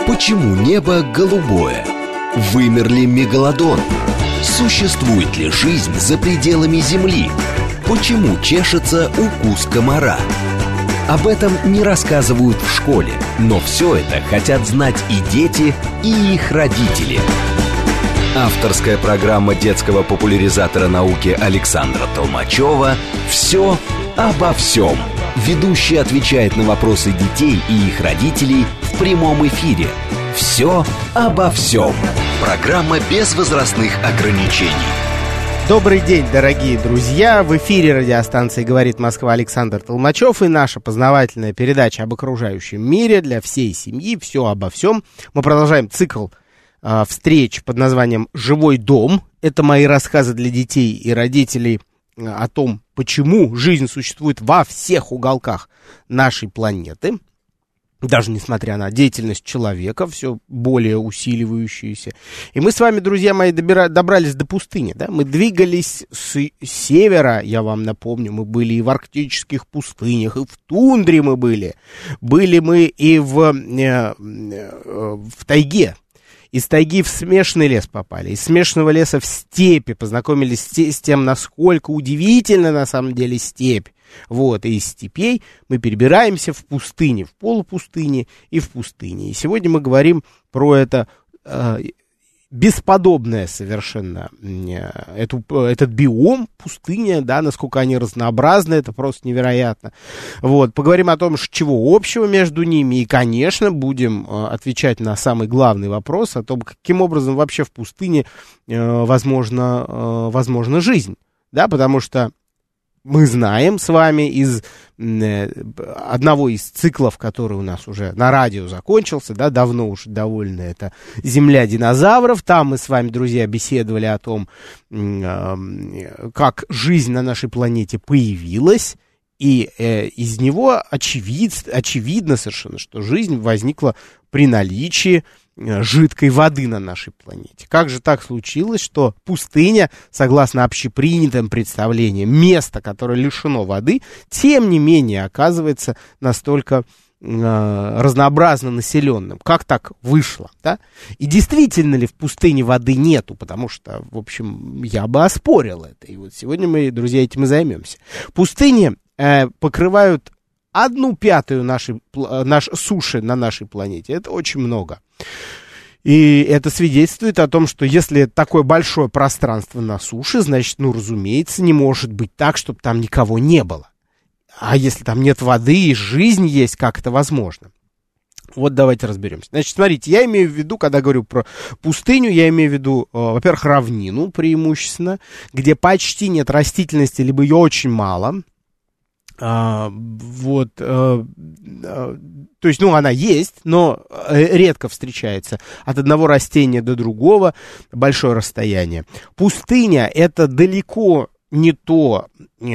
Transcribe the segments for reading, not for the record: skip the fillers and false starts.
Почему небо голубое? Вымер ли мегалодон? Существует ли жизнь за пределами Земли? Почему чешется укус комара? Об этом не рассказывают в школе, но все это хотят знать и дети, и их родители. Авторская программа детского популяризатора науки Александра Толмачева «Все обо всем». Ведущий отвечает на вопросы детей и их родителей в прямом эфире. «Все обо всем». Программа без возрастных ограничений. Добрый день, дорогие друзья! В эфире радиостанции «Говорит Москва» Александр Толмачев и наша познавательная передача об окружающем мире для всей семьи «Все обо всем». Мы продолжаем цикл встреч под названием «Живой дом». Это мои рассказы для детей и родителей о том, почему жизнь существует во всех уголках нашей планеты, даже несмотря на деятельность человека, все более усиливающуюся. И мы с вами, друзья мои, добрались до пустыни, да? Мы двигались с севера, я вам напомню, мы были и в арктических пустынях, и в тундре мы были. Были мы и в тайге. Из тайги в смешанный лес попали, из смешанного леса в степи, познакомились с тем, насколько удивительна на самом деле степь. Вот, и из степей мы перебираемся в пустыне, в полупустыне и в пустыне. И сегодня мы говорим про это бесподобное совершенно, этот биом, пустыня, да, насколько они разнообразны, это просто невероятно. Вот, поговорим о том, чего общего между ними, и, конечно, будем отвечать на самый главный вопрос о том, каким образом вообще в пустыне возможна жизнь, да, потому что мы знаем с вами из одного из циклов, который у нас уже на радио закончился, да, давно уже довольно, это «Земля динозавров». Там мы с вами, друзья, беседовали о том, как жизнь на нашей планете появилась, и из него очевидно совершенно, что жизнь возникла при наличии жидкой воды на нашей планете. Как же так случилось, что пустыня, согласно общепринятым представлениям, место, которое лишено воды, тем не менее оказывается настолько разнообразно населенным? Как так вышло, да? И действительно ли в пустыне воды нету? Потому что, в общем, я бы оспорил это. И вот сегодня мы, друзья, этим и займемся. Пустыни покрывают 1/5 нашей суши на нашей планете. Это очень много. И это свидетельствует о том, что если такое большое пространство на суше, значит, разумеется, не может быть так, чтобы там никого не было. А если там нет воды и жизнь есть, как это возможно? Вот давайте разберемся. Значит, смотрите, я имею в виду, когда говорю про пустыню, я имею в виду, во-первых, равнину преимущественно, где почти нет растительности, либо ее очень мало. То есть, она есть, но редко встречается от одного растения до другого большое расстояние. Пустыня — это далеко не то,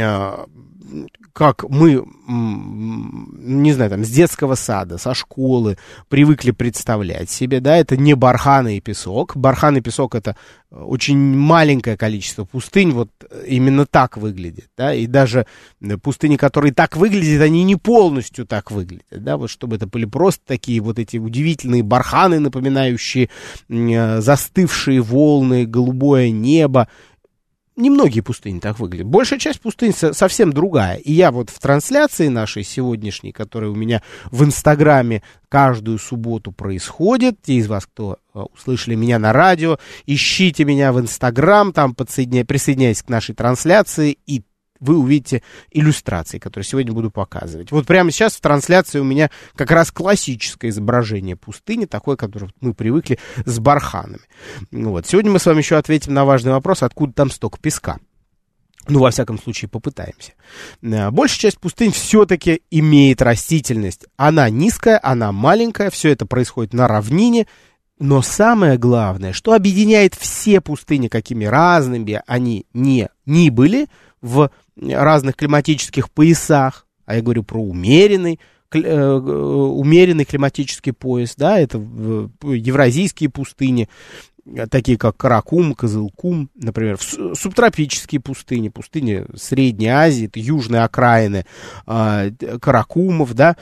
как мы, не знаю, там, с детского сада, со школы привыкли представлять себе, да, это не барханы и песок. Бархан и песок — это очень маленькое количество пустынь, вот именно так выглядит, да, и даже пустыни, которые так выглядят, они не полностью так выглядят, да, вот чтобы это были просто такие вот эти удивительные барханы, напоминающие застывшие волны, голубое небо. Немногие пустыни так выглядят. Большая часть пустынь совсем другая. И я вот в трансляции нашей сегодняшней, которая у меня в Инстаграме каждую субботу происходит, те из вас, кто услышали меня на радио, ищите меня в Инстаграм, там присоединяйтесь к нашей трансляции, и вы увидите иллюстрации, которые сегодня буду показывать. Вот прямо сейчас в трансляции у меня как раз классическое изображение пустыни, такое, которое мы привыкли с барханами. Вот. Сегодня мы с вами еще ответим на важный вопрос, откуда там столько песка. Во всяком случае, попытаемся. Большая часть пустынь все-таки имеет растительность. Она низкая, она маленькая, все это происходит на равнине. Но самое главное, что объединяет все пустыни, какими разными они ни были, в разных климатических поясах, а я говорю про умеренный климатический пояс, да, это евразийские пустыни, такие как Каракум, Кызылкум, например, субтропические пустыни, пустыни Средней Азии, это южные окраины Каракумов, да,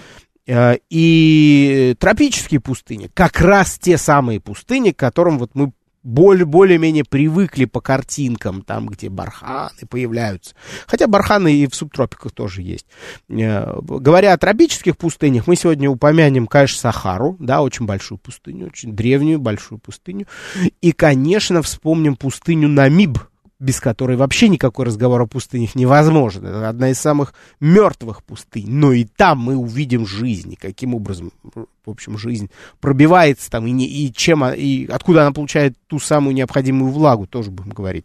И тропические пустыни, как раз те самые пустыни, к которым вот мы более-менее привыкли по картинкам, там, где барханы появляются. Хотя барханы и в субтропиках тоже есть. Говоря о тропических пустынях, мы сегодня упомянем, конечно, Сахару, да, очень большую пустыню, очень древнюю большую пустыню. И, конечно, вспомним пустыню Намиб, без которой вообще никакой разговор о пустынях невозможен. Это одна из самых мертвых пустынь. Но и там мы увидим жизнь. И каким образом, в общем, жизнь пробивается там, и откуда она получает ту самую необходимую влагу, тоже будем говорить.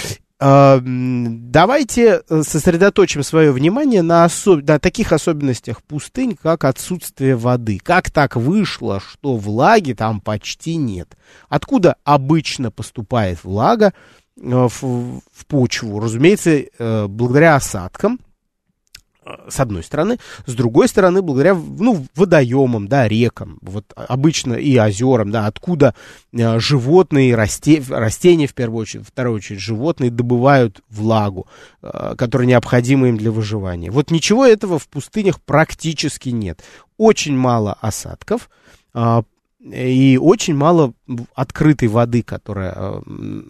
Давайте сосредоточим свое внимание на таких особенностях пустынь, как отсутствие воды. Как так вышло, что влаги там почти нет? Откуда обычно поступает влага в почву? Разумеется, благодаря осадкам, с одной стороны, с другой стороны, благодаря, водоемам, да, рекам, вот обычно и озерам, да, откуда животные, растения, в первую очередь, в вторую очередь, животные добывают влагу, которая необходима им для выживания. Вот ничего этого в пустынях практически нет. Очень мало осадков, и очень мало открытой воды, которой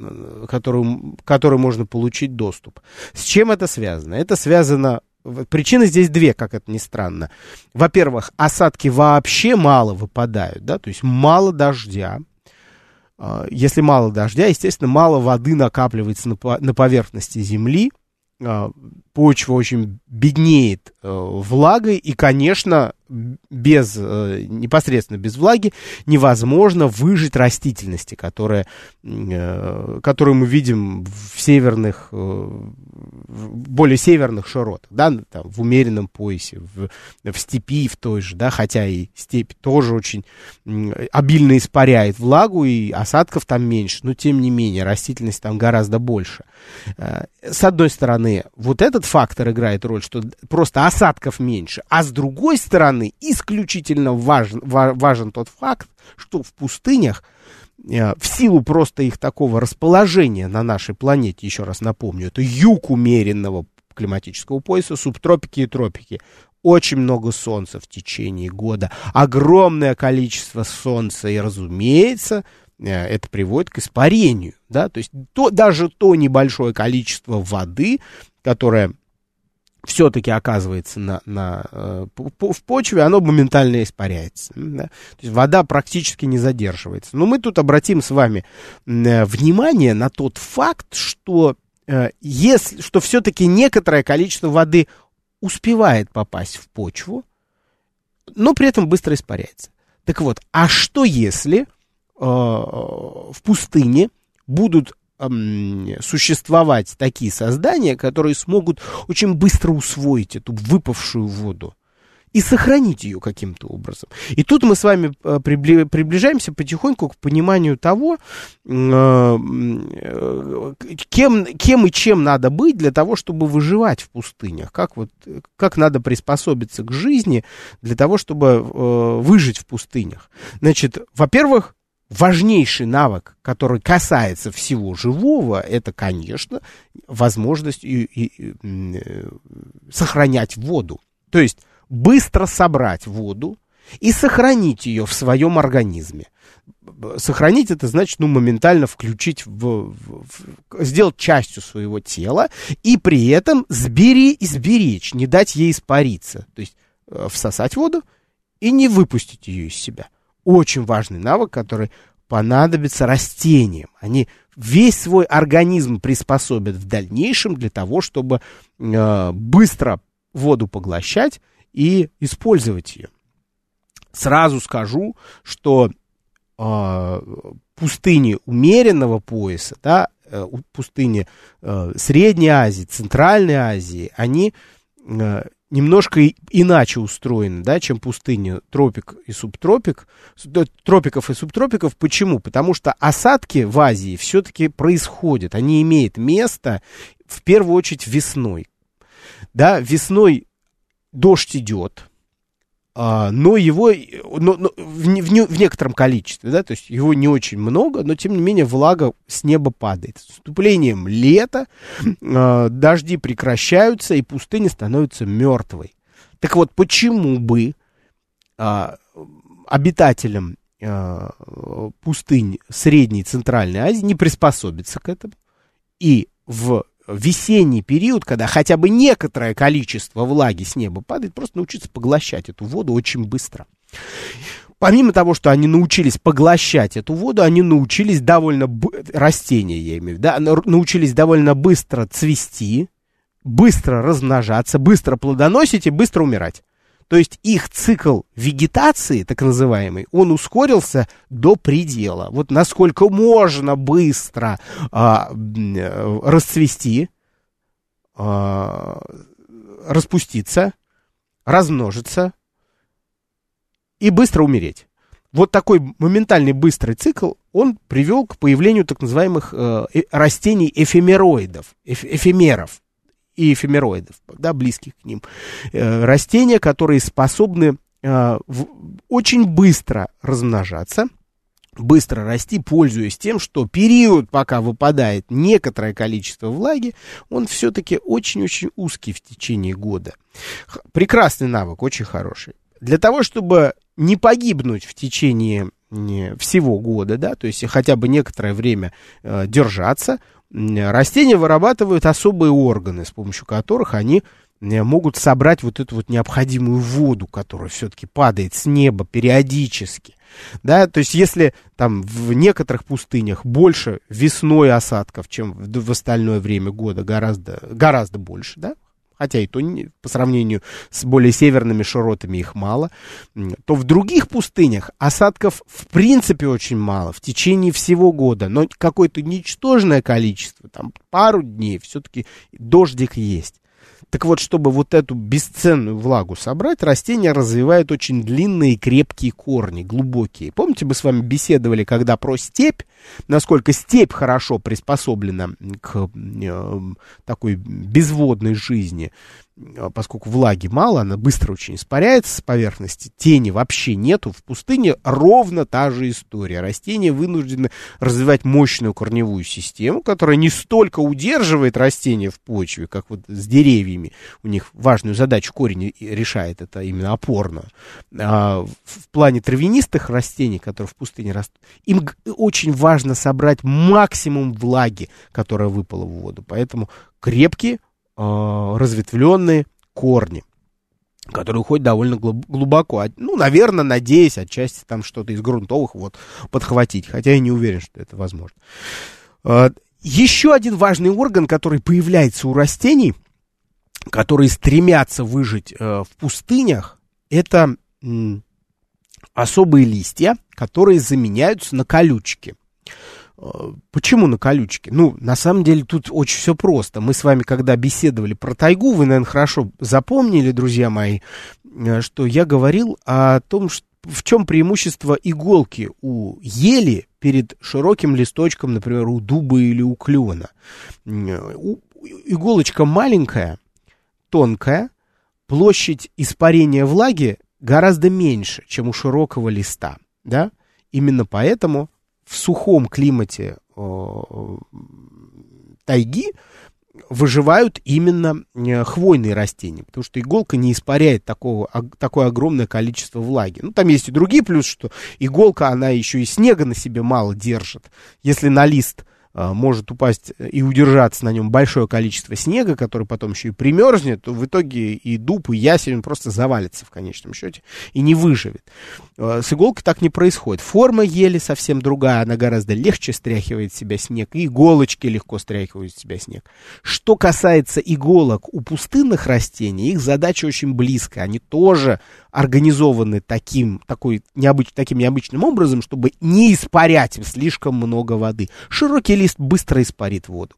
можно получить доступ. С чем это связано? Это связано... Причины здесь две, как это ни странно. Во-первых, осадки вообще мало выпадают, да, то есть мало дождя. Если мало дождя, естественно, мало воды накапливается на поверхности земли. Почва очень беднеет влагой, и, конечно, непосредственно без влаги невозможно выжить растительности, которую мы видим в более северных широтах, да, там, в умеренном поясе, в степи в той же, да, хотя и степь тоже очень обильно испаряет влагу, и осадков там меньше, но тем не менее растительность там гораздо больше. С одной стороны, вот этот фактор играет роль, что просто осадков меньше, а с другой стороны, исключительно важен тот факт, что в пустынях, в силу просто их такого расположения на нашей планете, еще раз напомню, это юг умеренного климатического пояса, субтропики и тропики, очень много солнца в течение года, огромное количество солнца, и, разумеется, это приводит к испарению, да, то есть даже то небольшое количество воды, которое все-таки оказывается в почве, оно моментально испаряется. Да? То есть вода практически не задерживается. Но мы тут обратим с вами внимание на тот факт, что все-таки некоторое количество воды успевает попасть в почву, но при этом быстро испаряется. Так вот, а что если в пустыне будут существовать такие создания, которые смогут очень быстро усвоить эту выпавшую воду и сохранить ее каким-то образом? И тут мы с вами приближаемся потихоньку к пониманию того, кем и чем надо быть для того, чтобы выживать в пустынях, как надо приспособиться к жизни для того, чтобы выжить в пустынях. Значит, во-первых, важнейший навык, который касается всего живого, это, конечно, возможность сохранять воду. То есть быстро собрать воду и сохранить ее в своем организме. Сохранить это значит, моментально включить, сделать частью своего тела и при этом сберечь, не дать ей испариться. То есть всосать воду и не выпустить ее из себя. Очень важный навык, который понадобится растениям. Они весь свой организм приспособят в дальнейшем для того, чтобы быстро воду поглощать и использовать ее. Сразу скажу, что пустыни умеренного пояса, да, пустыни Средней Азии, Центральной Азии, они немножко иначе устроены, да, чем пустыни тропиков и субтропиков. Почему? Потому что осадки в Азии все-таки происходят, они имеют место в первую очередь весной. Да, весной дождь идет, но его в некотором количестве, да, то есть его не очень много, но тем не менее влага с неба падает. С наступлением лета дожди прекращаются, и пустыня становится мертвой. Так вот, почему бы обитателям пустынь Средней и Центральной Азии не приспособиться к этому. И в весенний период, когда хотя бы некоторое количество влаги с неба падает, просто научиться поглощать эту воду очень быстро. Помимо того, что они научились поглощать эту воду, они научились растения, я имею в виду, да, научились довольно быстро цвести, быстро размножаться, быстро плодоносить и быстро умирать. То есть их цикл вегетации, так называемый, он ускорился до предела. Вот насколько можно быстро расцвести, распуститься, размножиться и быстро умереть. Вот такой моментальный быстрый цикл, он привел к появлению так называемых растений эфемероидов, эфемеров и эфемероидов, да, близких к ним. Растения, которые способны очень быстро размножаться, быстро расти, пользуясь тем, что период, пока выпадает некоторое количество влаги, он все-таки очень-очень узкий в течение года. Прекрасный навык, очень хороший. Для того, чтобы не погибнуть в течение всего года, да, то есть хотя бы некоторое время держаться, растения вырабатывают особые органы, с помощью которых они могут собрать вот эту вот необходимую воду, которая все-таки падает с неба периодически. Да, то есть если там в некоторых пустынях больше весной осадков, чем в остальное время года, гораздо больше, да, хотя и то по сравнению с более северными широтами их мало, то в других пустынях осадков в принципе очень мало в течение всего года, но какое-то ничтожное количество, там пару дней все-таки дождик есть. Так вот, чтобы вот эту бесценную влагу собрать, растения развивают очень длинные и крепкие корни, глубокие. Помните, мы с вами беседовали, когда про степь, насколько степь хорошо приспособлена к такой безводной жизни, поскольку влаги мало, она быстро очень испаряется с поверхности, тени вообще нету. В пустыне ровно та же история. Растения вынуждены развивать мощную корневую систему, которая не столько удерживает растения в почве, как вот с деревьями. У них важную задачу корень решает, это именно опорно. А в плане травянистых растений, которые в пустыне растут, им очень важно собрать максимум влаги, которая выпала в воду. Поэтому крепкие, разветвленные корни, которые уходят довольно глубоко. Ну, наверное, надеясь отчасти там что-то из грунтовых вод подхватить, хотя я не уверен, что это возможно. Еще один важный орган, который появляется у растений, которые стремятся выжить в пустынях, это особые листья, которые заменяются на колючки. Почему на колючки? Ну, на самом деле, тут очень все просто. Мы с вами, когда беседовали про тайгу, вы, наверное, хорошо запомнили, друзья мои, что я говорил о том, в чем преимущество иголки у ели перед широким листочком, например, у дуба или у клена. Иголочка маленькая, тонкая, площадь испарения влаги гораздо меньше, чем у широкого листа. Да? Именно поэтому в сухом климате тайги выживают именно хвойные растения, потому что иголка не испаряет такое огромное количество влаги. Ну, там есть и другие плюсы, что иголка, она еще и снега на себе мало держит. Если на лист может упасть и удержаться на нем большое количество снега, который потом еще и примерзнет, то в итоге и дуб, и ясень он просто завалится в конечном счете и не выживет. С иголкой так не происходит. Форма ели совсем другая, она гораздо легче стряхивает с себя снег, и иголочки легко стряхивают с себя снег. Что касается иголок у пустынных растений, их задача очень близкая. Они тоже организованы таким необычным образом, чтобы не испарять слишком много воды. Широкий лист быстро испарит воду.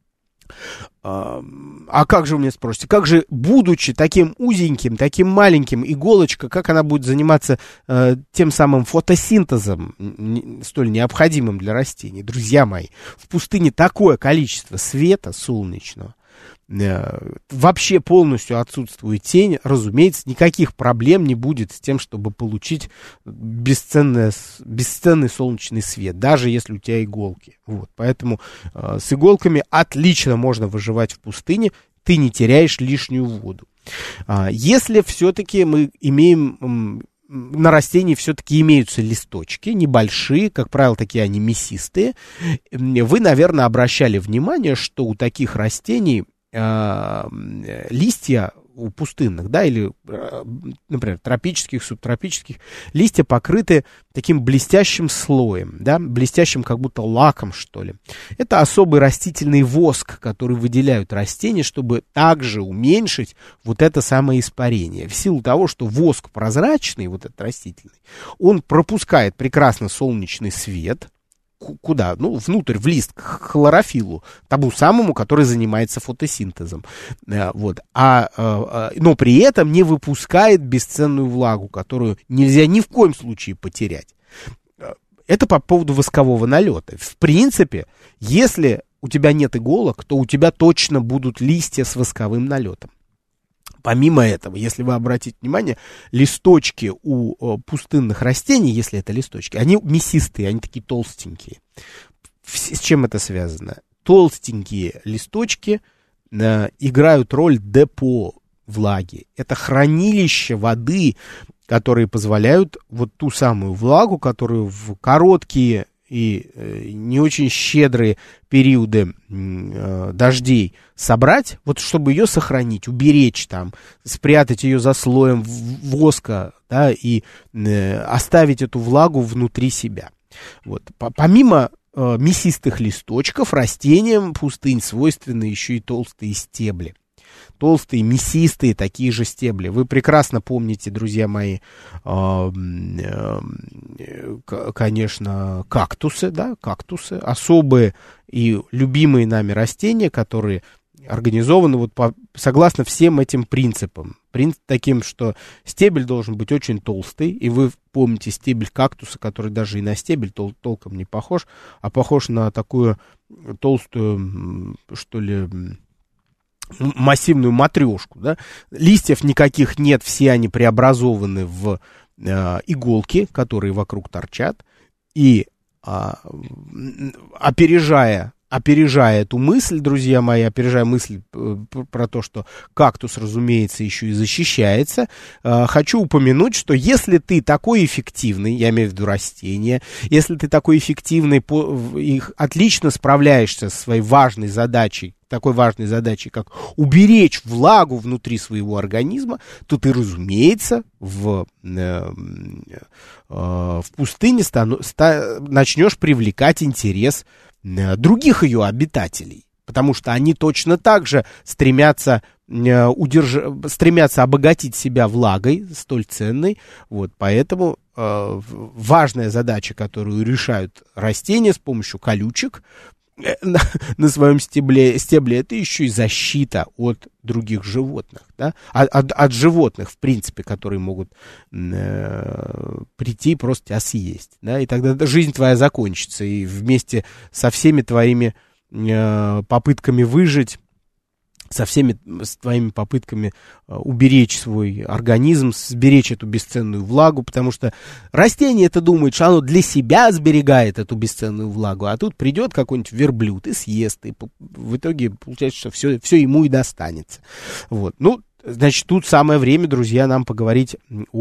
А как же, вы меня спросите, как же, будучи таким узеньким, таким маленьким, иголочка, как она будет заниматься тем самым фотосинтезом, столь необходимым для растений? Друзья мои, в пустыне такое количество света солнечного, вообще полностью отсутствует тень, разумеется, никаких проблем не будет с тем, чтобы получить бесценный солнечный свет, даже если у тебя иголки. Вот, поэтому с иголками отлично можно выживать в пустыне, ты не теряешь лишнюю воду. Если все-таки мы имеем на растении все-таки имеются листочки, небольшие, как правило, такие они мясистые. Вы, наверное, обращали внимание, что у таких растений листья у пустынных, да, или, например, тропических, субтропических, листья покрыты таким блестящим слоем, да, блестящим как будто лаком, что ли. Это особый растительный воск, который выделяют растения, чтобы также уменьшить вот это самое испарение. В силу того, что воск прозрачный, вот этот растительный, он пропускает прекрасно солнечный свет. Куда? Ну, внутрь, в лист, к хлорофиллу, тому самому, который занимается фотосинтезом. Вот. Но при этом не выпускает бесценную влагу, которую нельзя ни в коем случае потерять. Это по поводу воскового налета. В принципе, если у тебя нет иголок, то у тебя точно будут листья с восковым налетом. Помимо этого, если вы обратите внимание, листочки у пустынных растений, если это листочки, они мясистые, они такие толстенькие. С чем это связано? Толстенькие листочки играют роль депо влаги. Это хранилище воды, которые позволяют вот ту самую влагу, которую в короткие и не очень щедрые периоды дождей собрать, вот чтобы ее сохранить, уберечь там, спрятать ее за слоем воска, да, и оставить эту влагу внутри себя. Вот. Помимо мясистых листочков, растениям пустынь свойственны еще и толстые стебли. Толстые, мясистые, такие же стебли. Вы прекрасно помните, друзья мои, конечно, кактусы, да, кактусы, особые и любимые нами растения, которые организованы вот согласно всем этим принципам. Принцип таким, что стебель должен быть очень толстый, и вы помните стебель кактуса, который даже и на стебель толком не похож, а похож на такую толстую, что ли, массивную матрешку, да? Листьев никаких нет, все они преобразованы в иголки, которые вокруг торчат, и опережая эту мысль, друзья мои, опережая мысль про то, что кактус, разумеется, еще и защищается, хочу упомянуть, что если ты такой эффективный, я имею в виду растения, если ты такой эффективный, их отлично справляешься со своей важной задачей, такой важной задачей, как уберечь влагу внутри своего организма, то ты, разумеется, в пустыне начнешь привлекать интерес других ее обитателей, потому что они точно так же стремятся обогатить себя влагой столь ценной. Вот, поэтому важная задача, которую решают растения с помощью колючек на своем стебле, это еще и защита от других животных, да? От животных, в принципе, которые могут прийти и просто тебя съесть, да? И тогда жизнь твоя закончится, и вместе со всеми твоими попытками выжить, со всеми твоими попытками уберечь свой организм, сберечь эту бесценную влагу, потому что растение это думает, что оно для себя сберегает эту бесценную влагу, а тут придет какой-нибудь верблюд и съест, и в итоге получается, что все ему и достанется. Вот. Ну, значит, тут самое время, друзья, нам поговорить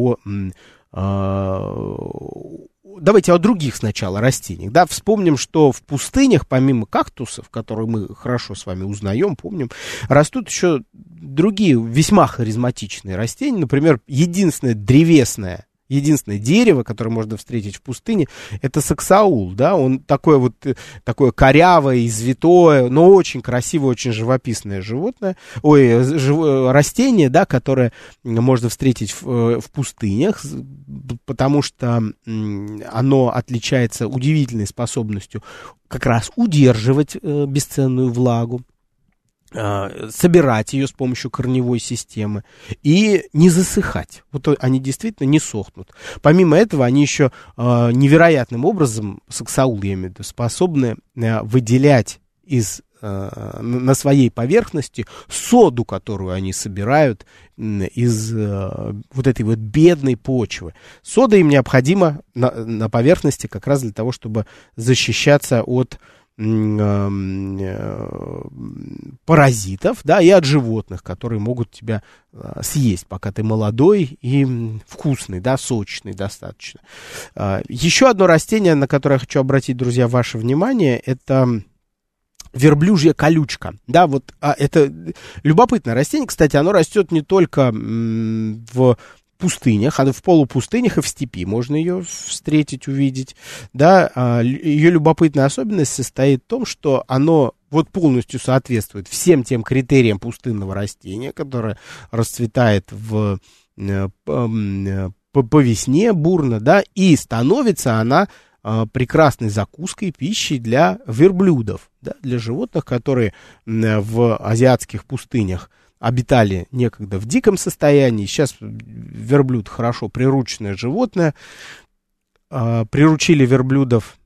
давайте о других сначала растениях. Да? Вспомним, что в пустынях, помимо кактусов, которые мы хорошо с вами узнаем, помним, растут еще другие весьма харизматичные растения. Например, единственное дерево, которое можно встретить в пустыне, это саксаул, да, он такое корявое, извитое, но очень красивое, очень живописное растение, да, которое можно встретить в пустынях, потому что оно отличается удивительной способностью как раз удерживать бесценную влагу, собирать ее с помощью корневой системы и не засыхать. Вот они действительно не сохнут. Помимо этого, они еще невероятным образом, саксаул, я имею в виду, способны выделять на своей поверхности соду, которую они собирают из вот этой вот бедной почвы. Сода им необходима на поверхности как раз для того, чтобы защищаться от паразитов, да, и от животных, которые могут тебя съесть, пока ты молодой и вкусный, да, сочный достаточно. Еще одно растение, на которое я хочу обратить, друзья, ваше внимание, это верблюжья колючка. Да, вот это любопытное растение. Кстати, оно растет не только в пустынях, а в полупустынях и в степи. Можно ее встретить, увидеть. Да, ее любопытная особенность состоит в том, что оно вот полностью соответствует всем тем критериям пустынного растения, которое расцветает по весне бурно, да, и становится она прекрасной закуской, пищей для верблюдов, да, для животных, которые в азиатских пустынях обитали некогда в диком состоянии. Сейчас верблюд хорошо прирученное животное. Приручили верблюдов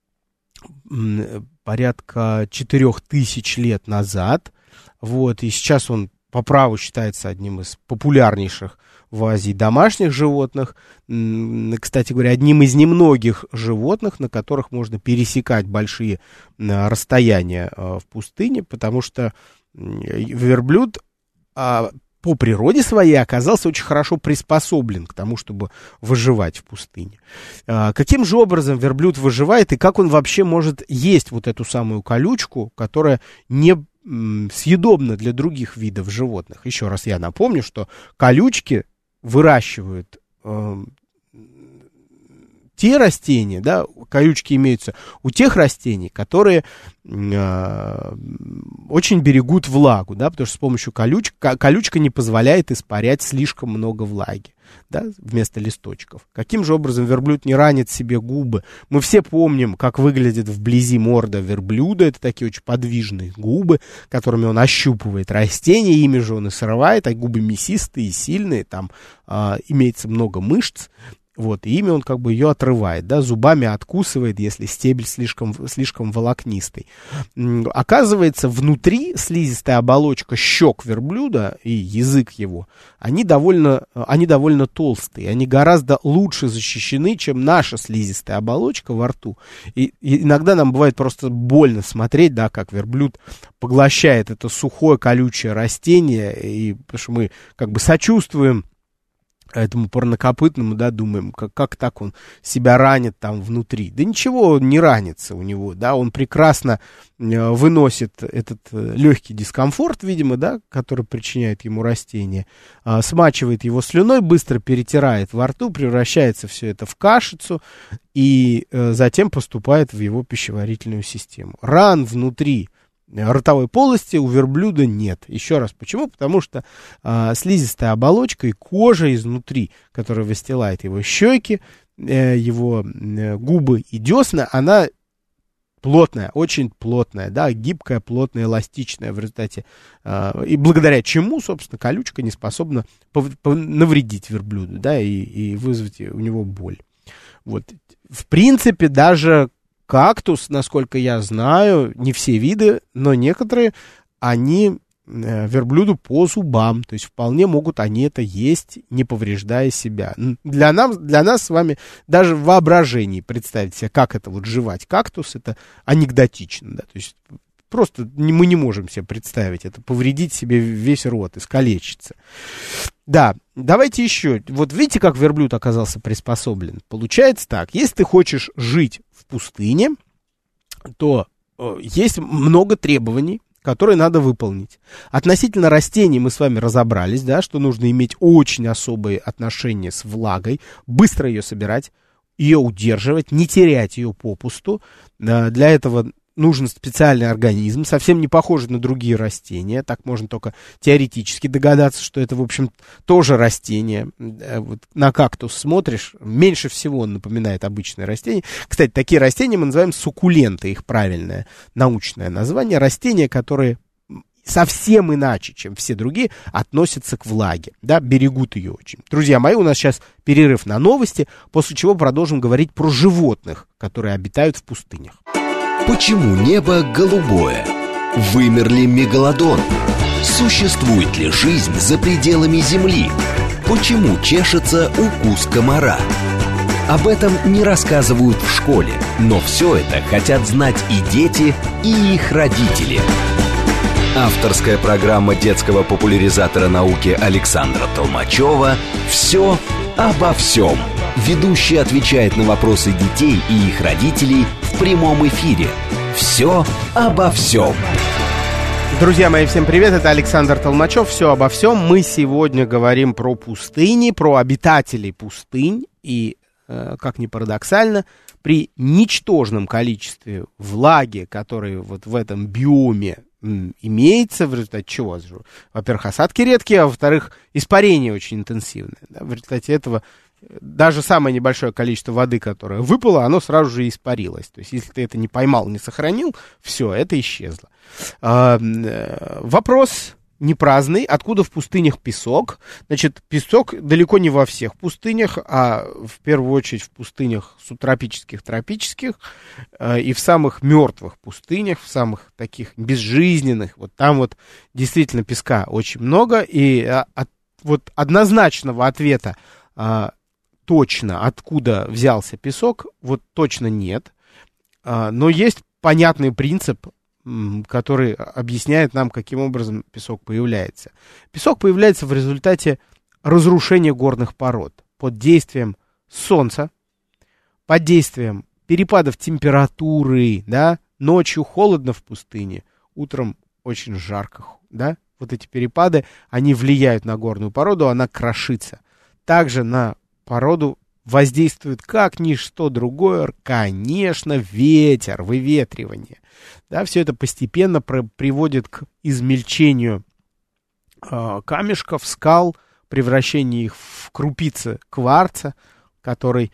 порядка 4000 лет назад. Вот, и сейчас он по праву считается одним из популярнейших в Азии домашних животных. Кстати говоря, одним из немногих животных, на которых можно пересекать большие расстояния в пустыне, потому что верблюд по природе своей оказался очень хорошо приспособлен к тому, чтобы выживать в пустыне. Каким же образом верблюд выживает и как он вообще может есть вот эту самую колючку, которая не съедобна для других видов животных? Еще раз я напомню, что колючки выращивают те растения, да, колючки имеются у тех растений, которые очень берегут влагу, да, потому что с помощью колючка не позволяет испарять слишком много влаги, да, вместо листочков. Каким же образом верблюд не ранит себе губы? Мы все помним, как выглядит вблизи морда верблюда. Это такие очень подвижные губы, которыми он ощупывает растения, ими же он и срывает, а губы мясистые и сильные, там имеется много мышц. Вот, и ими он как бы ее отрывает, да, зубами откусывает, если стебель слишком волокнистый. Оказывается, внутри слизистая оболочка щек верблюда и язык его, они довольно толстые, они гораздо лучше защищены, чем наша слизистая оболочка во рту. И иногда нам бывает просто больно смотреть, да, как верблюд поглощает это сухое колючее растение, и, потому что мы как бы сочувствуем этому парнокопытному, да, думаем, как так он себя ранит там внутри. Да ничего, он не ранится у него, да, он прекрасно выносит этот легкий дискомфорт, видимо, да, который причиняет ему растение, смачивает его слюной, быстро перетирает во рту, превращается все это в кашицу и затем поступает в его пищеварительную систему. Ран внутри ротовой полости у верблюда нет. Еще раз, почему? Потому что слизистая оболочка и кожа изнутри, которая выстилает его щеки, его губы и десна, она плотная, очень плотная, да, гибкая, плотная, эластичная в результате, и благодаря чему, собственно, колючка не способна навредить верблюду, да, и вызвать у него боль. Вот, в принципе, даже кактус, насколько я знаю, не все виды, но некоторые, они верблюду по зубам, то есть вполне могут они это есть, не повреждая себя. Для нас с вами даже в воображении представить себе, как это вот жевать кактус, это анекдотично, да, то есть просто мы не можем себе представить это, повредить себе весь рот, искалечиться. Да, давайте еще, вот видите, как верблюд оказался приспособлен? Получается так, если ты хочешь жить в пустыне, то есть много требований, которые надо выполнить. Относительно растений мы с вами разобрались, да, что нужно иметь очень особые отношения с влагой, быстро ее собирать, ее удерживать, не терять ее попусту. Для этого нужен специальный организм, совсем не похожий на другие растения. Так можно только теоретически догадаться, что это, в общем, тоже растение. Вот на кактус смотришь, меньше всего он напоминает обычное растение. Кстати, такие растения мы называем суккуленты, их правильное научное название. Растения, которые совсем иначе, чем все другие, относятся к влаге, да, берегут ее очень. Друзья мои, у нас сейчас перерыв на новости, после чего продолжим говорить про животных, которые обитают в пустынях. Почему небо голубое? Вымер ли мегалодон? Существует ли жизнь за пределами Земли? Почему чешется укус комара? Об этом не рассказывают в школе, но все это хотят знать и дети, и их родители. Авторская программа детского популяризатора науки Александра Толмачева «Все обо всем». Ведущий отвечает на вопросы детей и их родителей в прямом эфире. «Все обо всем». Друзья мои, всем привет, это Александр Толмачев, «Все обо всем». Мы сегодня говорим про пустыни, про обитателей пустынь и, как ни парадоксально, при ничтожном количестве влаги, которая вот в этом биоме имеется, в результате чего? Во-первых, осадки редкие, а во-вторых, испарение очень интенсивное. Да? В результате этого даже самое небольшое количество воды, которое выпало, оно сразу же испарилось. То есть, если ты это не поймал, не сохранил, все, это исчезло. Вопрос не праздный. Откуда в пустынях песок? Значит, песок далеко не во всех пустынях, а в первую очередь в пустынях субтропических, тропических, и в самых мертвых пустынях, в самых таких безжизненных. Вот там вот действительно песка очень много, и вот однозначного ответа точно, откуда взялся песок, вот точно нет. Но есть понятный принцип, который объясняет нам, каким образом песок появляется. Песок появляется в результате разрушения горных пород под действием солнца, под действием перепадов температуры, да, ночью холодно в пустыне, утром очень жарко, да, вот эти перепады, они влияют на горную породу, она крошится. Также на породу воздействует как ничто другое, конечно, ветер, выветривание. Да, все это постепенно приводит к измельчению камешков, скал, превращению их в крупицы кварца, который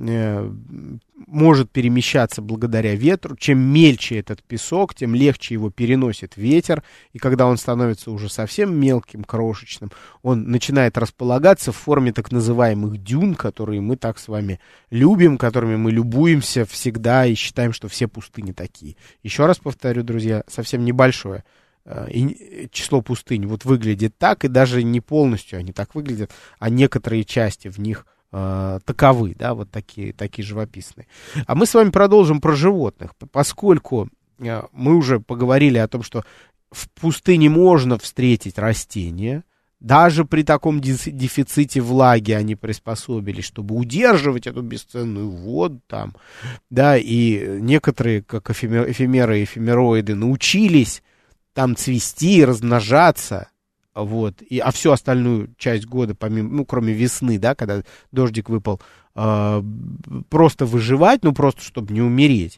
может перемещаться благодаря ветру. Чем мельче этот песок, тем легче его переносит ветер. И когда он становится уже совсем мелким, крошечным, он начинает располагаться в форме так называемых дюн, которые мы так с вами любим, которыми мы любуемся всегда и считаем, что все пустыни такие. Еще раз повторю, друзья, совсем небольшое число пустынь вот выглядит так, и даже не полностью они так выглядят, а некоторые части в них таковы, да, вот такие живописные. А мы с вами продолжим про животных, поскольку мы уже поговорили о том, что в пустыне можно встретить растения, даже при таком дефиците влаги они приспособились, чтобы удерживать эту бесценную воду там, да, и некоторые, как эфемеры и эфемероиды, научились там цвести, размножаться. Вот, а всю остальную часть года, помимо, кроме весны, да, когда дождик выпал, просто выживать, просто чтобы не умереть.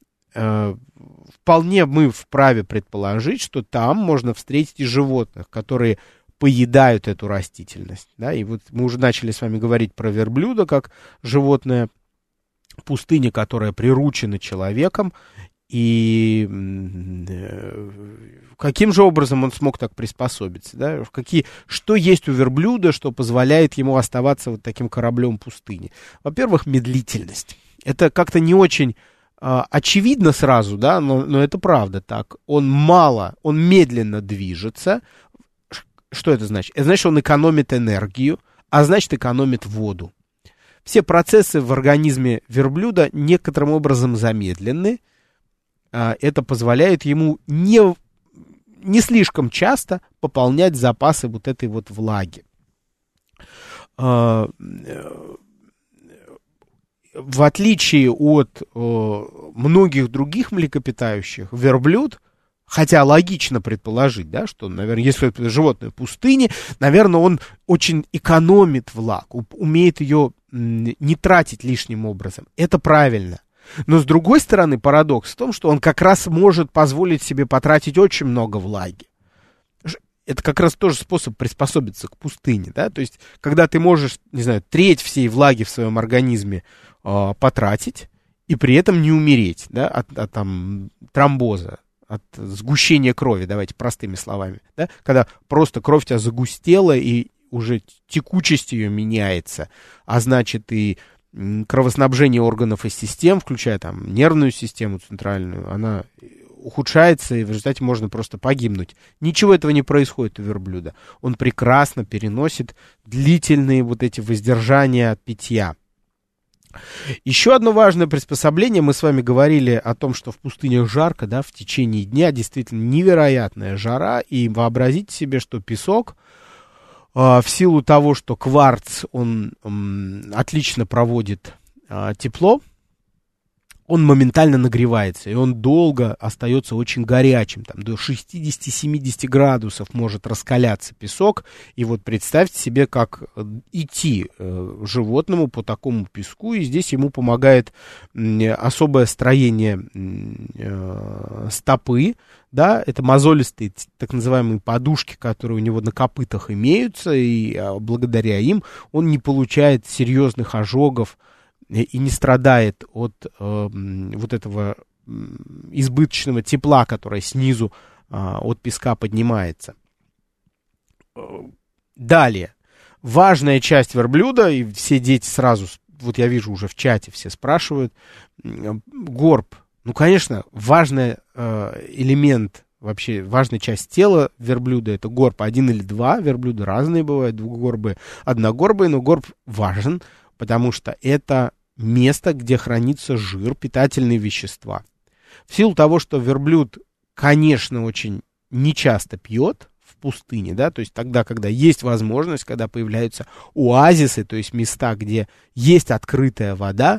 Вполне мы вправе предположить, что там можно встретить и животных, которые поедают эту растительность. Да, и вот мы уже начали с вами говорить про верблюда, как животное пустыни, которое приручено человеком. И каким же образом он смог так приспособиться? Да? Что есть у верблюда, что позволяет ему оставаться вот таким кораблем пустыни? Во-первых, медлительность. Это как-то не очень очевидно сразу, да? но это правда так. Он медленно движется. Что это значит? Это значит, что он экономит энергию, а значит, экономит воду. Все процессы в организме верблюда некоторым образом замедлены. Это позволяет ему не слишком часто пополнять запасы вот этой вот влаги. В отличие от многих других млекопитающих, верблюд, хотя логично предположить, да, что, наверное, если это животное пустыни, наверное, он очень экономит влагу, умеет ее не тратить лишним образом. Это правильно. Но, с другой стороны, парадокс в том, что он как раз может позволить себе потратить очень много влаги. Это как раз тоже способ приспособиться к пустыне, да, то есть, когда ты можешь, не знаю, треть всей влаги в своем организме потратить, и при этом не умереть, да, от там, тромбоза, от сгущения крови, давайте простыми словами, да, когда просто кровь у тебя загустела, и уже текучесть ее меняется, а значит, и кровоснабжение органов и систем, включая там нервную систему центральную, она ухудшается, и в результате можно просто погибнуть. Ничего этого не происходит у верблюда. Он прекрасно переносит длительные вот эти воздержания от питья. Еще одно важное приспособление, мы с вами говорили о том, что в пустынях жарко, да, в течение дня действительно невероятная жара, и вообразите себе, что песок, в силу того, что кварц, он отлично проводит тепло, он моментально нагревается, и он долго остается очень горячим, там до 60-70 градусов может раскаляться песок, и вот представьте себе, как идти животному по такому песку, и здесь ему помогает особое строение стопы, да, это мозолистые так называемые подушки, которые у него на копытах имеются, и благодаря им он не получает серьезных ожогов, и не страдает от вот этого избыточного тепла, которое снизу от песка поднимается. Далее. Важная часть верблюда, и все дети сразу, вот я вижу уже в чате все спрашивают, горб. Ну, конечно, важный элемент, вообще важная часть тела верблюда, это горб. 1 или 2 верблюда разные бывают, двухгорбые, одногорбые, но горб важен, потому что это место, где хранится жир, питательные вещества. В силу того, что верблюд, конечно, очень нечасто пьет в пустыне, да, то есть тогда, когда есть возможность, когда появляются оазисы, то есть места, где есть открытая вода,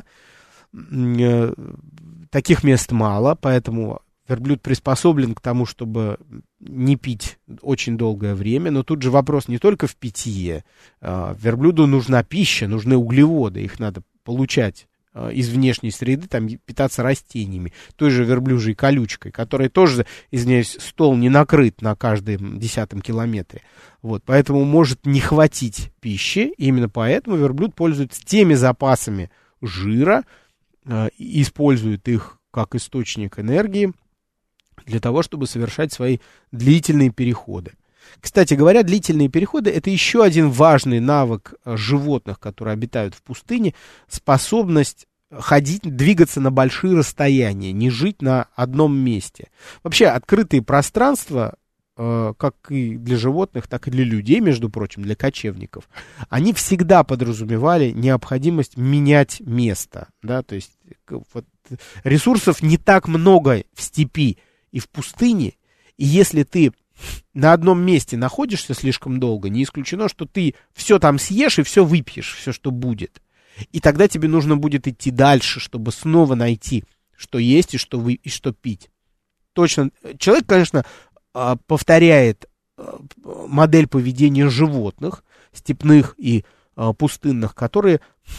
таких мест мало, поэтому верблюд приспособлен к тому, чтобы не пить очень долгое время, но тут же вопрос не только в питье. Верблюду нужна пища, нужны углеводы, их надо получать из внешней среды, там, питаться растениями, той же верблюжьей колючкой, которая тоже, извиняюсь, стол не накрыт на каждом 10 километре. Вот, поэтому может не хватить пищи, и именно поэтому верблюд пользуется теми запасами жира, использует их как источник энергии для того, чтобы совершать свои длительные переходы. Кстати говоря, длительные переходы — это еще один важный навык животных, которые обитают в пустыне, способность ходить, двигаться на большие расстояния, не жить на одном месте. Вообще, открытые пространства, как и для животных, так и для людей, между прочим, для кочевников, они всегда подразумевали необходимость менять место, да, то есть вот, ресурсов не так много в степи и в пустыне, и если ты на одном месте находишься слишком долго, не исключено, что ты все там съешь и все выпьешь, все, что будет. И тогда тебе нужно будет идти дальше, чтобы снова найти, что есть и что пить. Точно. Человек, конечно, повторяет модель поведения животных, степных и пустынных, которые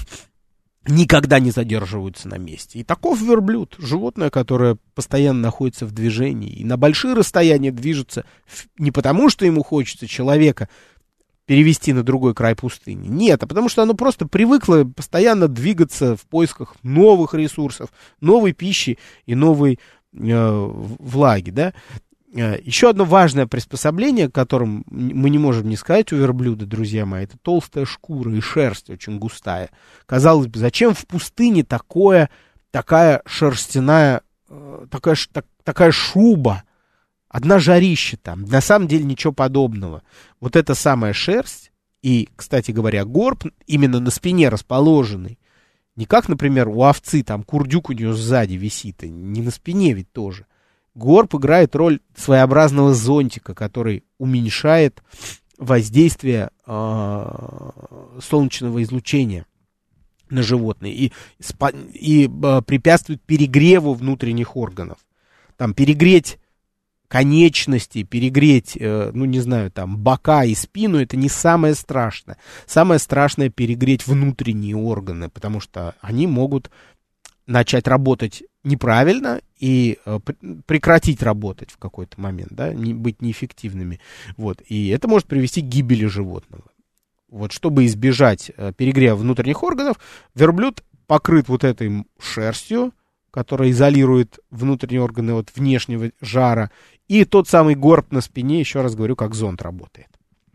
никогда не задерживаются на месте. И таков верблюд, животное, которое постоянно находится в движении и на большие расстояния движется не потому, что ему хочется человека перевести на другой край пустыни. Нет, а потому что оно просто привыкло постоянно двигаться в поисках новых ресурсов, новой пищи и новой влаги, да. Еще одно важное приспособление, которым мы не можем не сказать у верблюда, друзья мои, это толстая шкура и шерсть очень густая. Казалось бы, зачем в пустыне такая шерстяная, такая шуба, одна жарища там, на самом деле ничего подобного. Вот эта самая шерсть и, кстати говоря, горб именно на спине расположенный, не как, например, у овцы, там курдюк у нее сзади висит, и не на спине ведь тоже. Горб играет роль своеобразного зонтика, который уменьшает воздействие солнечного излучения на животные и препятствует перегреву внутренних органов. Там перегреть конечности, перегреть, ну не знаю, там бока и спину — это не самое страшное. Самое страшное — перегреть внутренние органы, потому что они могут начать работать неправильно и прекратить работать в какой-то момент, да, быть неэффективными. Вот. И это может привести к гибели животного. Вот, чтобы избежать перегрева внутренних органов, верблюд покрыт вот этой шерстью, которая изолирует внутренние органы от внешнего жара, и тот самый горб на спине, еще раз говорю, как зонт работает.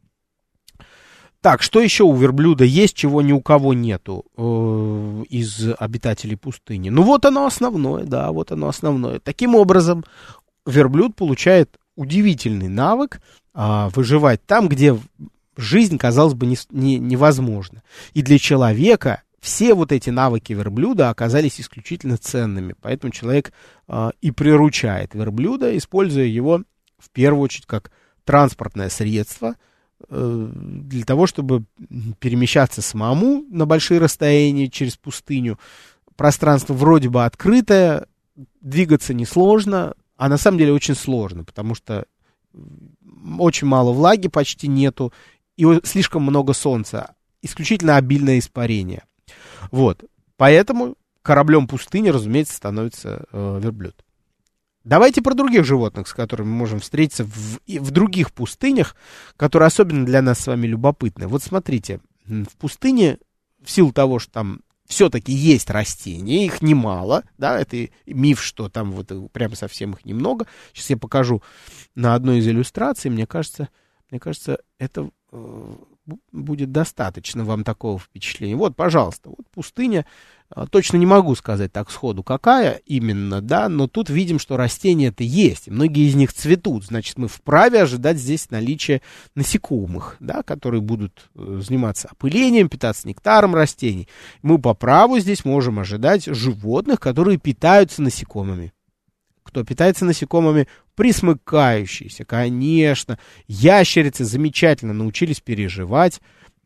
Так, что еще у верблюда есть, чего ни у кого нету из обитателей пустыни? Ну, вот оно основное, да, вот оно основное. Таким образом, верблюд получает удивительный навык выживать там, где жизнь, казалось бы, невозможна. И для человека все вот эти навыки верблюда оказались исключительно ценными, поэтому человек и приручает верблюда, используя его в первую очередь как транспортное средство для того, чтобы перемещаться самому на большие расстояния через пустыню. Пространство вроде бы открытое, двигаться несложно, а на самом деле очень сложно, потому что очень мало влаги, почти нету, и слишком много солнца, исключительно обильное испарение. Вот, поэтому кораблем пустыни, разумеется, становится верблюд. Давайте про других животных, с которыми мы можем встретиться в других пустынях, которые особенно для нас с вами любопытны. Вот смотрите, в пустыне, в силу того, что там все-таки есть растения, их немало, да, это миф, что там вот прям совсем их немного. Сейчас я покажу на одной из иллюстраций, мне кажется, это будет достаточно вам такого впечатления. Вот, пожалуйста, вот пустыня, точно не могу сказать так сходу, какая именно, да, но тут видим, что растения-то есть, и многие из них цветут, значит, мы вправе ожидать здесь наличия насекомых, да, которые будут заниматься опылением, питаться нектаром растений. Мы по праву здесь можем ожидать животных, которые питаются насекомыми. Кто питается насекомыми? Пресмыкающиеся, конечно. Ящерицы замечательно научились переживать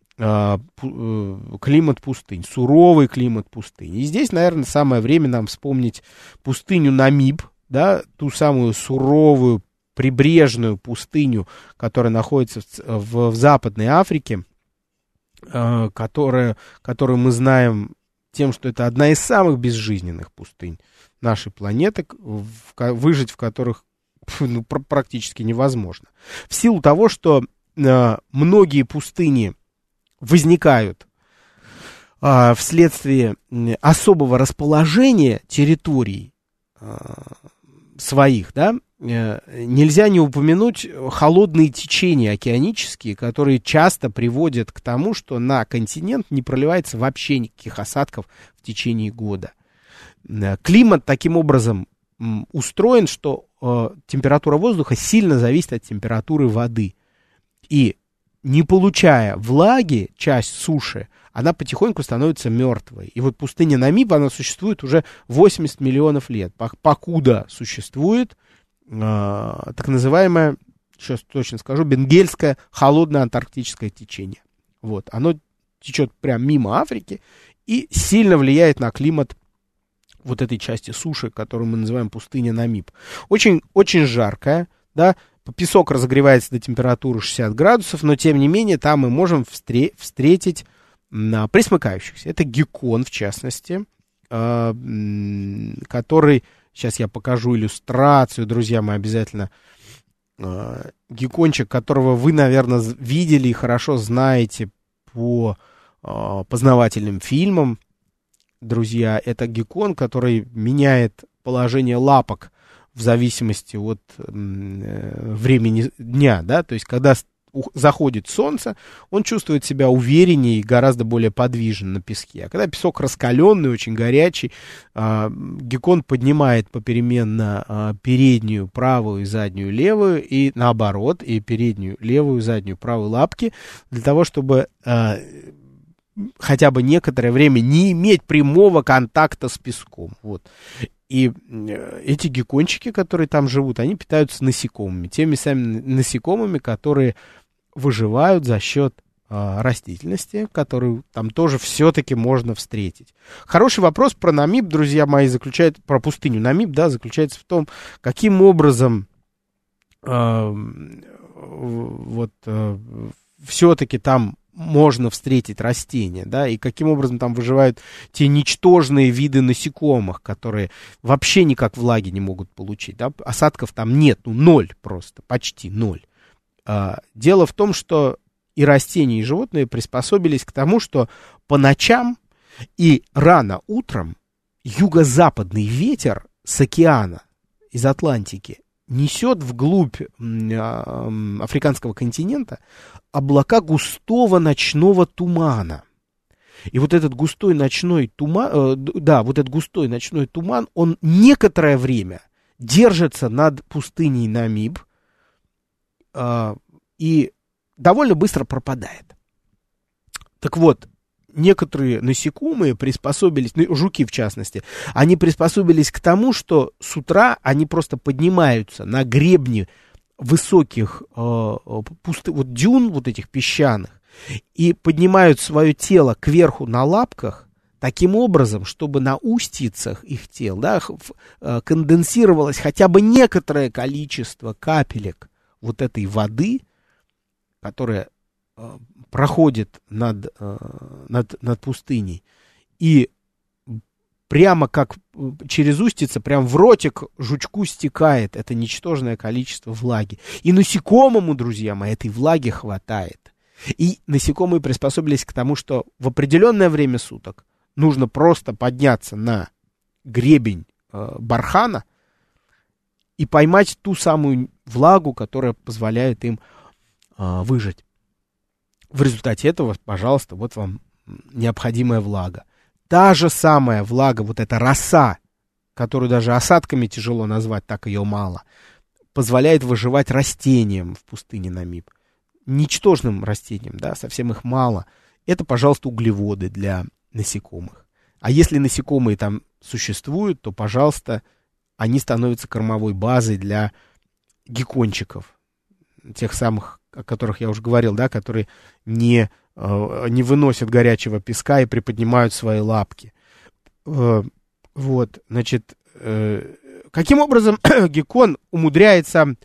климат пустынь, суровый климат пустыни. И здесь, наверное, самое время нам вспомнить пустыню Намиб, да, ту самую суровую прибрежную пустыню, которая находится в Западной Африке, которую мы знаем тем, что это одна из самых безжизненных пустынь нашей планеты, выжить в которых практически невозможно. В силу того, что многие пустыни возникают вследствие особого расположения территорий своих, да, нельзя не упомянуть холодные течения океанические, которые часто приводят к тому, что на континент не проливается вообще никаких осадков в течение года. Климат таким образом устроен, что температура воздуха сильно зависит от температуры воды. И не получая влаги, часть суши, она потихоньку становится мертвой. И вот пустыня Намиб, она существует уже 80 миллионов лет, покуда существует так называемое, сейчас точно скажу, бенгельское холодное антарктическое течение. Вот, оно течет прямо мимо Африки и сильно влияет на климат вот этой части суши, которую мы называем пустыня Намиб. Очень, очень жаркая, да, песок разогревается до температуры 60 градусов, но тем не менее там мы можем встретить пресмыкающихся. Это геккон, в частности, который, сейчас я покажу иллюстрацию, друзья мои, обязательно. Геккончик, которого вы, наверное, видели и хорошо знаете по познавательным фильмам. Друзья, это геккон, который меняет положение лапок в зависимости от времени дня, да, то есть когда заходит солнце, он чувствует себя увереннее и гораздо более подвижен на песке. А когда песок раскаленный, очень горячий, геккон поднимает попеременно переднюю, правую и заднюю, левую, и наоборот, и переднюю, левую, заднюю, правую лапки, для того, чтобы хотя бы некоторое время не иметь прямого контакта с песком. Вот. И эти геккончики, которые там живут, они питаются насекомыми, теми самыми насекомыми, которые выживают за счет растительности, которую там тоже все-таки можно встретить. Хороший вопрос про Намиб, друзья мои, про пустыню Намиб, да, заключается в том, каким образом все-таки там можно встретить растения, да, и каким образом там выживают те ничтожные виды насекомых, которые вообще никак влаги не могут получить, да, осадков там нет, ноль просто, почти ноль. Дело в том, что и растения, и животные приспособились к тому, что по ночам и рано утром юго-западный ветер с океана, из Атлантики, несет вглубь африканского континента облака густого ночного тумана. И вот этот густой ночной туман, он некоторое время держится над пустыней Намиб и довольно быстро пропадает. Так вот, некоторые насекомые приспособились, ну, жуки в частности, они приспособились к тому, что с утра они просто поднимаются на гребни высоких вот дюн, вот этих песчаных, и поднимают свое тело кверху на лапках, таким образом, чтобы на устьицах их тел, да, конденсировалось хотя бы некоторое количество капелек вот этой воды, которая проходит над пустыней, и прямо как через устицы, прям в ротик жучку стекает это ничтожное количество влаги. И насекомому, друзья мои, этой влаги хватает. И насекомые приспособились к тому, что в определенное время суток нужно просто подняться на гребень бархана и поймать ту самую влагу, которая позволяет им выжить. В результате этого, пожалуйста, вот вам необходимая влага. Та же самая влага, вот эта роса, которую даже осадками тяжело назвать, так ее мало, позволяет выживать растениям в пустыне Намиб. Ничтожным растениям, да, совсем их мало. Это, пожалуйста, углеводы для насекомых. А если насекомые там существуют, то, пожалуйста, они становятся кормовой базой для геккончиков, тех самых, о которых я уже говорил, да, которые не выносят горячего песка и приподнимают свои лапки. Вот, значит, каким образом геккон умудряется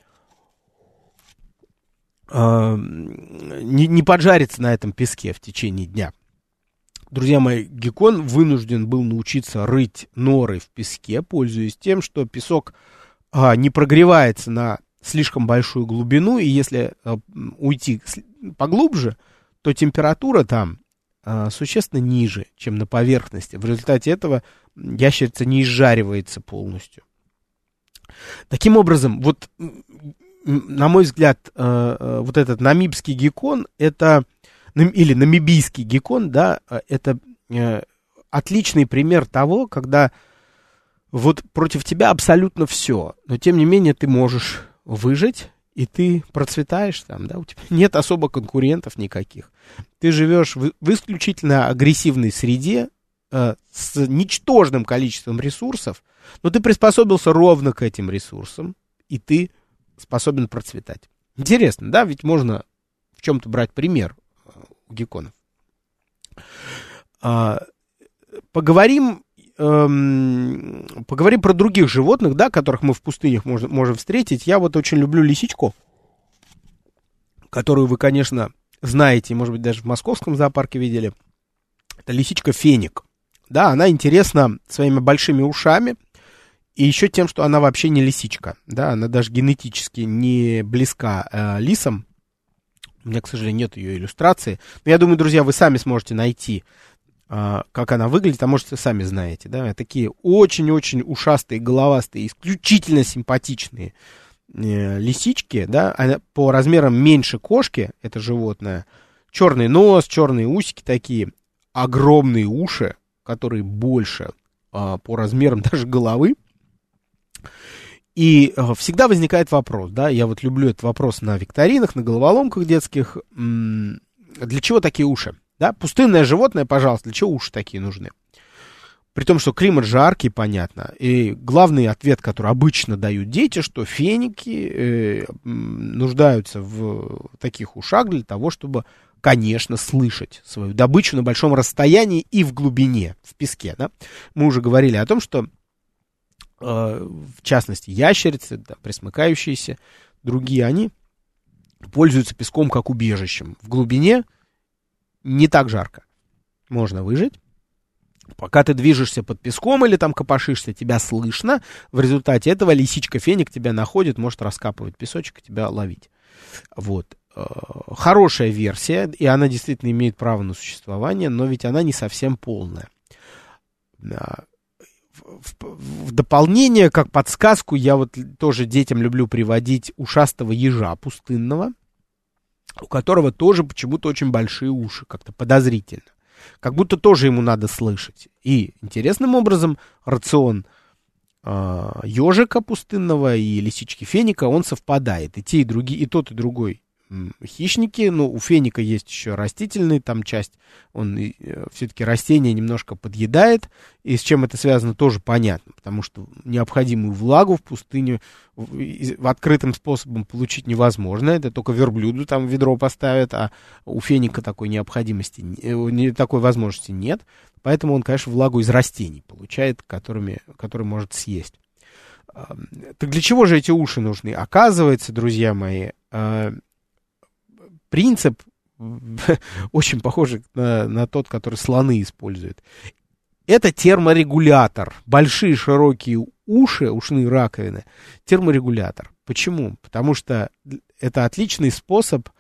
не поджариться на этом песке в течение дня? Друзья мои, геккон вынужден был научиться рыть норы в песке, пользуясь тем, что песок не прогревается на слишком большую глубину, и если уйти поглубже, то температура там существенно ниже, чем на поверхности. В результате этого ящерица не изжаривается полностью. Таким образом, вот, на мой взгляд, вот этот намибский геккон, это, или намибийский геккон, да, это отличный пример того, когда вот против тебя абсолютно все, но тем не менее ты можешь выжить, и ты процветаешь там, да, у тебя нет особо конкурентов никаких. Ты живешь в исключительно агрессивной среде с ничтожным количеством ресурсов, но ты приспособился ровно к этим ресурсам, и ты способен процветать. Интересно, да, ведь можно в чем-то брать пример у гекконов. Поговорим про других животных, да, которых мы в пустынях можем встретить. Я вот очень люблю лисичку, которую вы, конечно, знаете, может быть, даже в московском зоопарке видели. Это лисичка феник. Да, она интересна своими большими ушами и еще тем, что она вообще не лисичка. Да, она даже генетически не близка лисам. У меня, к сожалению, нет ее иллюстрации. Но я думаю, друзья, вы сами сможете найти, как она выглядит, а может, вы сами знаете, да, такие очень-очень ушастые, головастые, исключительно симпатичные лисички, да, она по размерам меньше кошки, это животное, черный нос, черные усики такие, огромные уши, которые больше по размерам даже головы, и всегда возникает вопрос, да, я вот люблю этот вопрос на викторинах, на головоломках детских, для чего такие уши? Да, пустынное животное, пожалуйста, для чего уши такие нужны? При том, что климат жаркий, понятно. И главный ответ, который обычно дают дети, что феники нуждаются в таких ушах для того, чтобы, конечно, слышать свою добычу на большом расстоянии и в глубине, в песке. Да? Мы уже говорили о том, что, в частности, ящерицы, да, пресмыкающиеся, другие, они пользуются песком как убежищем. В глубине не так жарко. Можно выжить. Пока ты движешься под песком или там копошишься, тебя слышно. В результате этого лисичка-феник тебя находит, может раскапывать песочек и тебя ловить. Вот. Хорошая версия, и она действительно имеет право на существование, но ведь она не совсем полная. В дополнение, как подсказку, я вот тоже детям люблю приводить ушастого ежа пустынного, у которого тоже почему-то очень большие уши, как-то подозрительно. Как будто тоже ему надо слышать. И интересным образом рацион ежика пустынного и лисички феника, он совпадает. И те, и другие, и тот, и другой хищники. Ну, у феника есть еще растительная там часть, он все-таки растения немножко подъедает, и с чем это связано, тоже понятно, потому что необходимую влагу в пустыню в открытым способом получить невозможно, это только верблюду там ведро поставят, а у феника такой необходимости, такой возможности нет, поэтому он, конечно, влагу из растений получает, которые может съесть. Так для чего же эти уши нужны? Оказывается, друзья мои, принцип очень похожий на тот, который слоны используют. Это терморегулятор. Большие широкие уши, ушные раковины, терморегулятор. Почему? Потому что это отличный способ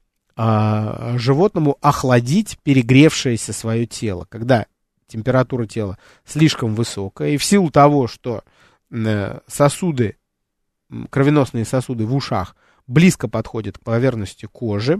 животному охладить перегревшееся свое тело. Когда температура тела слишком высокая, и в силу того, что сосуды, кровеносные сосуды в ушах близко подходят к поверхности кожи,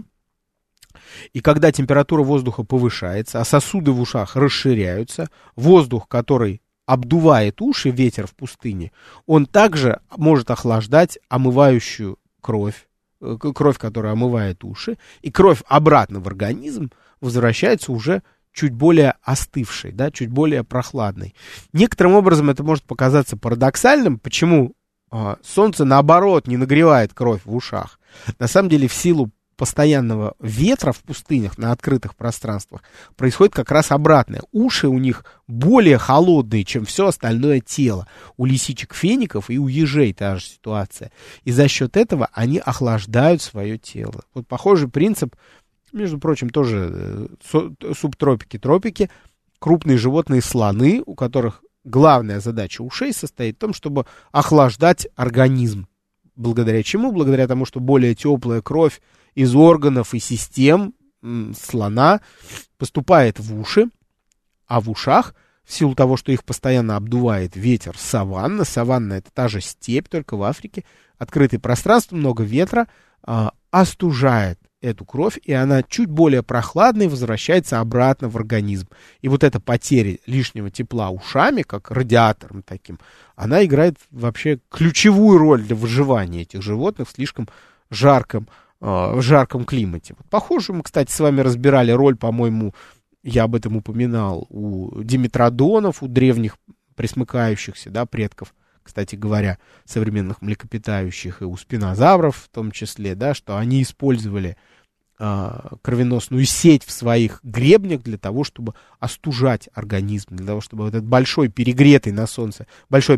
и когда температура воздуха повышается, а сосуды в ушах расширяются, воздух, который обдувает уши, ветер в пустыне, он также может охлаждать омывающую кровь, которая омывает уши, и кровь обратно в организм возвращается уже чуть более остывшей, да, чуть более прохладной. Некоторым образом это может показаться парадоксальным, почему солнце, наоборот, не нагревает кровь в ушах. На самом деле, в силу постоянного ветра в пустынях на открытых пространствах происходит как раз обратное. Уши у них более холодные, чем все остальное тело. У лисичек-феников и у ежей та же ситуация. И за счет этого они охлаждают свое тело. Вот похожий принцип, между прочим, тоже субтропики, тропики. Крупные животные слоны, у которых главная задача ушей состоит в том, чтобы охлаждать организм. Благодаря чему? Благодаря тому, что более теплая кровь из органов и систем слона поступает в уши, а в ушах, в силу того, что их постоянно обдувает ветер саванна, саванна — это та же степь, только в Африке, открытое пространство, много ветра, остужает эту кровь, и она чуть более прохладной возвращается обратно в организм. И вот эта потеря лишнего тепла ушами, как радиатором таким, она играет вообще ключевую роль для выживания этих животных в слишком жарком климате. Вот похожую мы, кстати, с вами разбирали роль, по-моему, я об этом упоминал, у димитродонов, у древних пресмыкающихся, да, предков, кстати говоря, современных млекопитающих, и у спинозавров в том числе, да, что они использовали кровеносную сеть в своих гребнях для того, чтобы остужать организм, для того, чтобы вот этот большое перегретое на солнце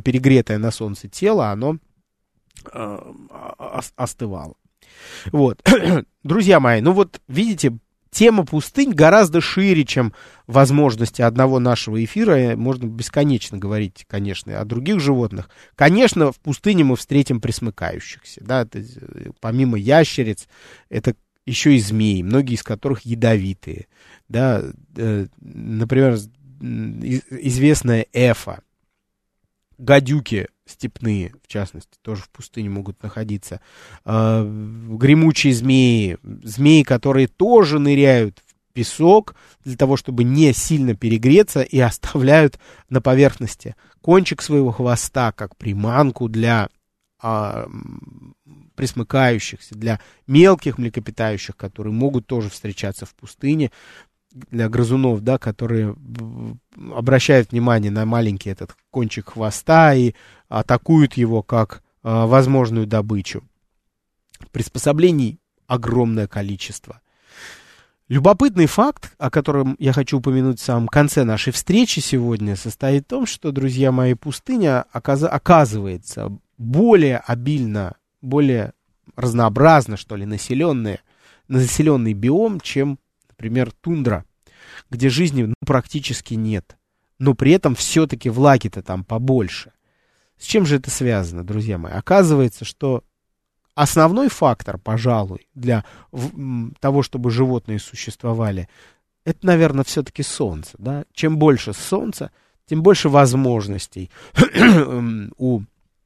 тело, оно остывало. Вот. Друзья мои, ну вот видите, тема пустынь гораздо шире, чем возможности одного нашего эфира. Можно бесконечно говорить, конечно, о других животных. Конечно, в пустыне мы встретим пресмыкающихся, да, помимо ящериц, это еще и змеи, многие из которых ядовитые, да, например, известная эфа, гадюки степные, в частности, тоже в пустыне могут находиться, гремучие змеи, которые тоже ныряют в песок для того, чтобы не сильно перегреться, и оставляют на поверхности кончик своего хвоста как приманку для пресмыкающихся, для мелких млекопитающих, которые могут тоже встречаться в пустыне, для грызунов, да, которые обращают внимание на маленький этот кончик хвоста и атакуют его как возможную добычу. Приспособлений огромное количество. Любопытный факт, о котором я хочу упомянуть в самом конце нашей встречи сегодня, состоит в том, что, друзья мои, пустыня оказывается более обильно, более разнообразно, что ли, населенный биом, чем, например, тундра, где жизни практически нет, но при этом все-таки влаги-то там побольше. С чем же это связано, друзья мои? Оказывается, что основной фактор, пожалуй, для того, чтобы животные существовали, это, наверное, все-таки солнце. Да? Чем больше солнца, тем больше возможностей у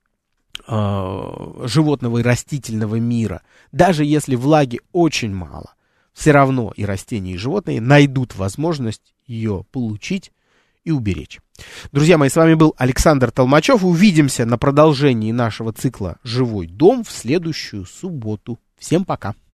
животного и растительного мира. Даже если влаги очень мало, все равно и растения, и животные найдут возможность ее получить и уберечь. Друзья мои, с вами был Александр Толмачев. Увидимся на продолжении нашего цикла «Живой дом» в следующую субботу. Всем пока.